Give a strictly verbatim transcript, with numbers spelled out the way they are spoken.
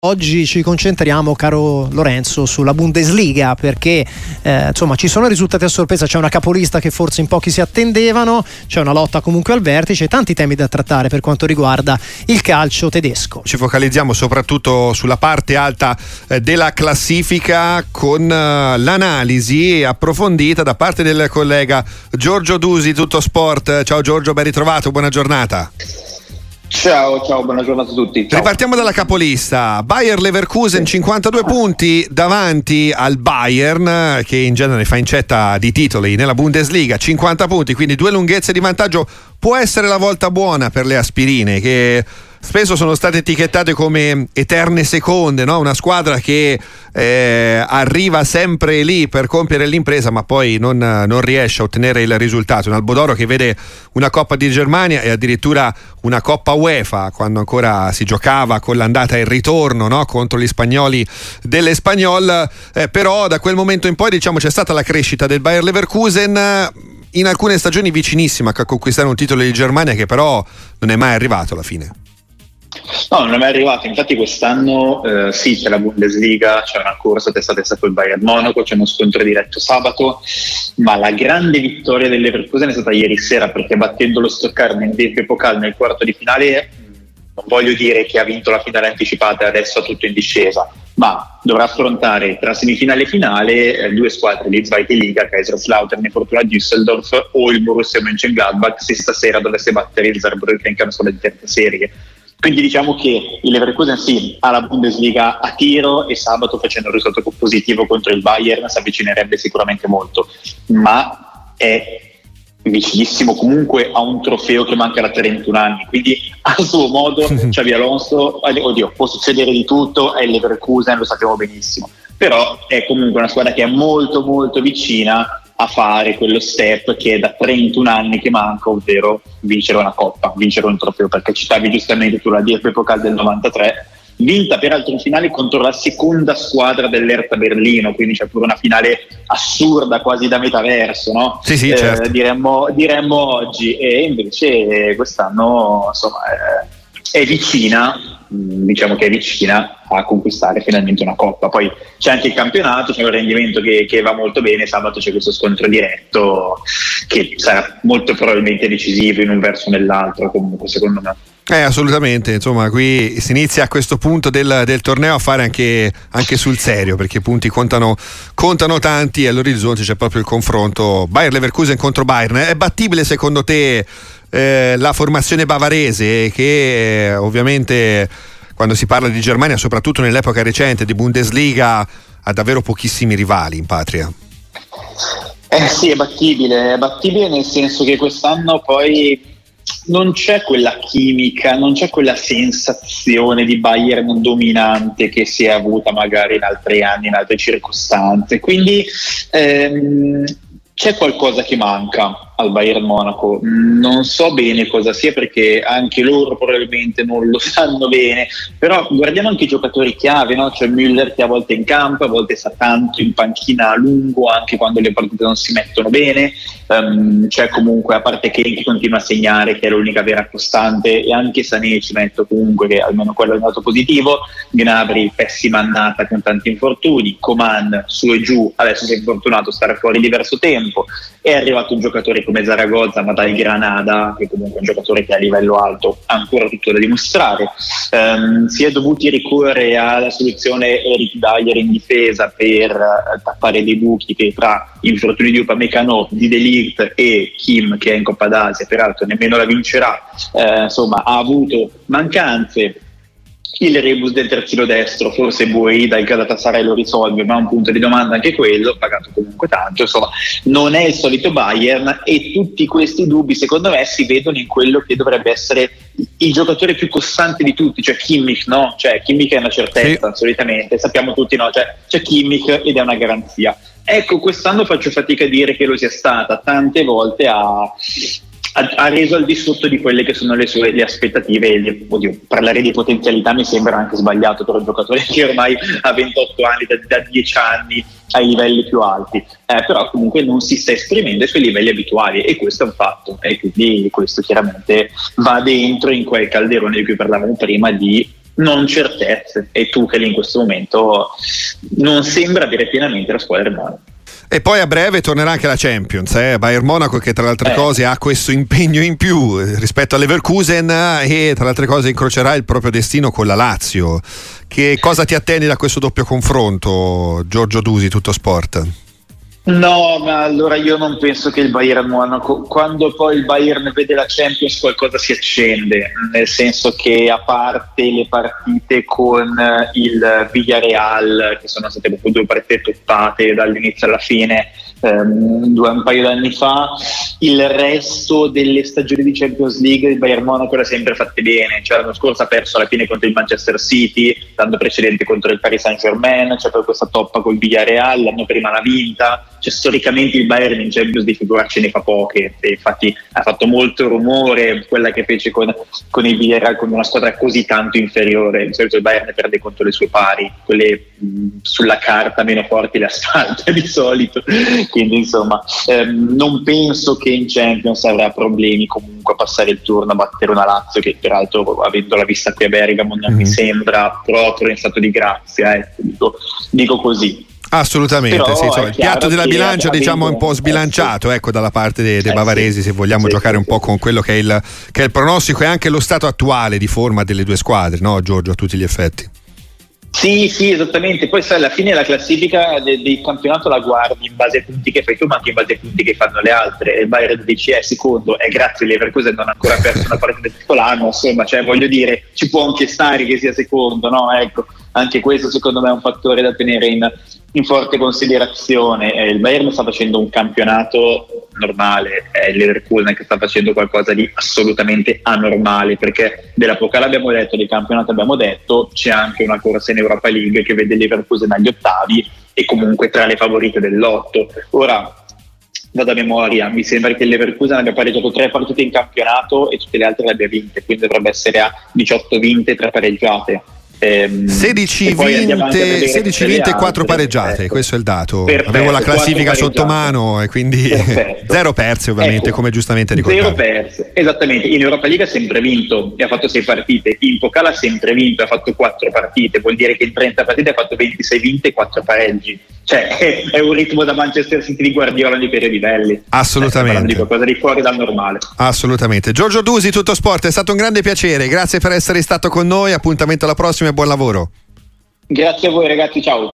Oggi ci concentriamo, caro Lorenzo, sulla Bundesliga perché eh, insomma ci sono risultati a sorpresa, c'è una capolista che forse in pochi si attendevano, c'è una lotta comunque al vertice, tanti temi da trattare per quanto riguarda il calcio tedesco. Ci focalizziamo soprattutto sulla parte alta eh, della classifica con eh, l'analisi approfondita da parte del collega Giorgio Dusi, Tutto Sport. Ciao Giorgio, ben ritrovato, buona giornata. Ciao, ciao, buona giornata a tutti. Ciao. Ripartiamo dalla capolista. Bayer Leverkusen cinquantadue punti davanti al Bayern, che in genere fa incetta di titoli nella Bundesliga, cinquanta punti, quindi due lunghezze di vantaggio. Può essere la volta buona per le aspirine, che spesso sono state etichettate come eterne seconde, no? Una squadra che eh, arriva sempre lì per compiere l'impresa ma poi non, non riesce a ottenere il risultato. Un Albodoro che vede una Coppa di Germania e addirittura una Coppa UEFA quando ancora si giocava con l'andata e il ritorno, no? Contro gli spagnoli dell'Espanyol, eh, però da quel momento in poi diciamo c'è stata la crescita del Bayer Leverkusen in alcune stagioni vicinissima a conquistare un titolo di Germania che però non è mai arrivato alla fine. No, non è mai arrivato, infatti quest'anno eh, sì, c'è la Bundesliga, c'è una corsa testa a testa col Bayern Monaco, c'è uno scontro diretto sabato, ma la grande vittoria del Leverkusen è stata ieri sera, perché battendo lo Stoccarda in D F B Pokal nel quarto di finale, non voglio dire che ha vinto la finale anticipata e adesso ha tutto in discesa, ma dovrà affrontare tra semifinale e finale eh, due squadre di Zweite Liga, Kaiserslautern e Fortuna Düsseldorf, o il Borussia Mönchengladbach se stasera dovesse battere il Saarbrücken che hanno solo di terza serie. Quindi diciamo che il Leverkusen sì, ha la Bundesliga a tiro e sabato facendo un risultato positivo contro il Bayern si avvicinerebbe sicuramente molto, ma è vicinissimo comunque a un trofeo che manca da trentuno anni, quindi a suo modo Xabi Alonso, oddio, può succedere di tutto, è il Leverkusen, lo sappiamo benissimo, però è comunque una squadra che è molto molto vicina a fare quello step che è da trentuno anni che manca, ovvero vincere una coppa, vincere un trofeo, perché citavi giustamente tu la D F B Pokal del novantatré, vinta peraltro in finale contro la seconda squadra dell'Hertha Berlino, quindi c'è pure una finale assurda, quasi da metaverso, no? Sì, sì, certo. eh, diremmo, diremmo oggi, e invece quest'anno insomma è, è vicina, diciamo che è vicina a conquistare finalmente una coppa. Poi c'è anche il campionato, c'è un rendimento che, che va molto bene, sabato c'è questo scontro diretto che sarà molto probabilmente decisivo in un verso o nell'altro, comunque secondo me. Eh, assolutamente, insomma qui si inizia a questo punto del, del torneo a fare anche, anche sul serio, perché i punti contano, contano tanti e all'orizzonte c'è proprio il confronto Bayer Leverkusen contro Bayern. È battibile secondo te eh, la formazione bavarese che eh, ovviamente quando si parla di Germania, soprattutto nell'epoca recente di Bundesliga, ha davvero pochissimi rivali in patria? Eh sì, è battibile, è battibile nel senso che quest'anno poi non c'è quella chimica, non c'è quella sensazione di Bayern dominante che si è avuta magari in altri anni, in altre circostanze, quindi ehm, c'è qualcosa che manca al Bayern Monaco, non so bene cosa sia perché anche loro probabilmente non lo sanno bene, però guardiamo anche i giocatori chiave, no? C'è Müller che a volte è in campo, a volte sta tanto in panchina a lungo anche quando le partite non si mettono bene, um, c'è comunque, a parte Kane che continua a segnare che è l'unica vera costante, e anche Sané ci metto comunque che almeno quello è un dato positivo, Gnabry pessima annata con tanti infortuni, Coman su e giù, adesso si è infortunato a stare fuori diverso tempo, è arrivato un giocatore come Zaragoza ma dal Granada, che comunque è un giocatore che a livello alto ha ancora tutto da dimostrare, um, si è dovuti ricorrere alla soluzione Eric Dyer in difesa per uh, tappare dei buchi che tra infortuni di Upamecano, di De Ligt e Kim che è in Coppa d'Asia, peraltro nemmeno la vincerà, uh, insomma ha avuto mancanze. Il rebus del terzino destro, forse Buei dal Galatasaray lo risolve, ma un punto di domanda anche quello, pagato comunque tanto, insomma non è il solito Bayern, e tutti questi dubbi secondo me si vedono in quello che dovrebbe essere il giocatore più costante di tutti, cioè Kimmich, no? Cioè Kimmich è una certezza, sì. Solitamente, sappiamo tutti, no? Cioè c'è Kimmich ed è una garanzia. Ecco, quest'anno faccio fatica a dire che lo sia stata, tante volte ha... ha reso al di sotto di quelle che sono le sue le aspettative e le, oddio, parlare di potenzialità mi sembra anche sbagliato per un giocatore che ormai ha ventotto anni, da, da dieci anni ai livelli più alti, eh, però comunque non si sta esprimendo ai suoi livelli abituali, e questo è un fatto, e quindi questo chiaramente va dentro in quel calderone di cui parlavamo prima di non certezze, e Tuchel in questo momento non sembra avere pienamente la squadra in mano. E poi a breve tornerà anche la Champions, eh? Bayern Monaco che tra le altre eh. cose ha questo impegno in più rispetto a Leverkusen e tra le altre cose incrocerà il proprio destino con la Lazio. Che cosa ti attendi da questo doppio confronto, Giorgio Dusi, Tutto Sport? No, ma allora io non penso che il Bayern Monaco, quando poi il Bayern vede la Champions qualcosa si accende, nel senso che a parte le partite con il Villarreal, che sono state proprio due partite toppate dall'inizio alla fine, ehm, due, un paio d'anni fa, il resto delle stagioni di Champions League il Bayern Monaco l'ha sempre fatte bene, cioè l'anno scorso ha perso alla fine contro il Manchester City, l'anno precedente contro il Paris Saint-Germain, c'è poi questa toppa col Villarreal, l'anno prima l'ha vinta. Cioè, storicamente il Bayern in Champions di figurarci ne fa poche, e infatti ha fatto molto rumore quella che fece con, con il Villarreal, con una squadra così tanto inferiore. Di solito il Bayern perde contro le sue pari, quelle mh, sulla carta meno forti le asfalta di solito, quindi insomma ehm, non penso che in Champions avrà problemi comunque a passare il turno, a battere una Lazio che peraltro, avendola vista qui a Bergamo, non mm-hmm. mi sembra proprio in stato di grazia, eh, dico, dico così. Assolutamente, sì, insomma, il piatto della bilancia diciamo è un po' sbilanciato, ecco, dalla parte dei, dei bavaresi, se vogliamo sì, giocare sì, un po' con quello che è, il, che è il pronostico e anche lo stato attuale di forma delle due squadre, no Giorgio, a tutti gli effetti? Sì, sì, esattamente. Poi sai, alla fine la classifica del, del campionato la guardi in base ai punti che fai tu, ma anche in base ai punti che fanno le altre. Il Bayern dici è secondo, è grazie a Leverkusen non ha ancora perso una partita del titolano, insomma, cioè voglio dire, ci può anche stare che sia secondo, no? Ecco, anche questo secondo me è un fattore da tenere in, in forte considerazione. Eh, il Bayern sta facendo un campionato normale, è il Leverkusen che sta facendo qualcosa di assolutamente anormale, perché della Pokal abbiamo detto, del campionato abbiamo detto, c'è anche una corsa in Europa League che vede il Leverkusen agli ottavi e comunque tra le favorite del lotto. Ora vado a memoria, mi sembra che il Leverkusen abbia pareggiato tre partite in campionato e tutte le altre le abbia vinte, quindi dovrebbe essere a diciotto vinte e tre pareggiate. Ehm, sedici vinte, sedici vinte e quattro pareggiate, ecco. Questo è il dato. Perfetto, avevo la classifica sotto mano e quindi zero perse ovviamente, ecco, come giustamente ricordato. Zero perse, esattamente. In Europa League ha sempre vinto e ha fatto sei partite, in Pokal ha sempre vinto e ha fatto quattro partite, vuol dire che in trenta partite ha fatto ventisei vinte e quattro pareggi. Cioè è, è un ritmo da Manchester City di Guardiola di periodi belli. Assolutamente. Di qualcosa di fuori dal normale. Assolutamente. Giorgio Dusi, Tutto Sport, è stato un grande piacere, grazie per essere stato con noi, appuntamento alla prossima e buon lavoro. Grazie a voi ragazzi, ciao.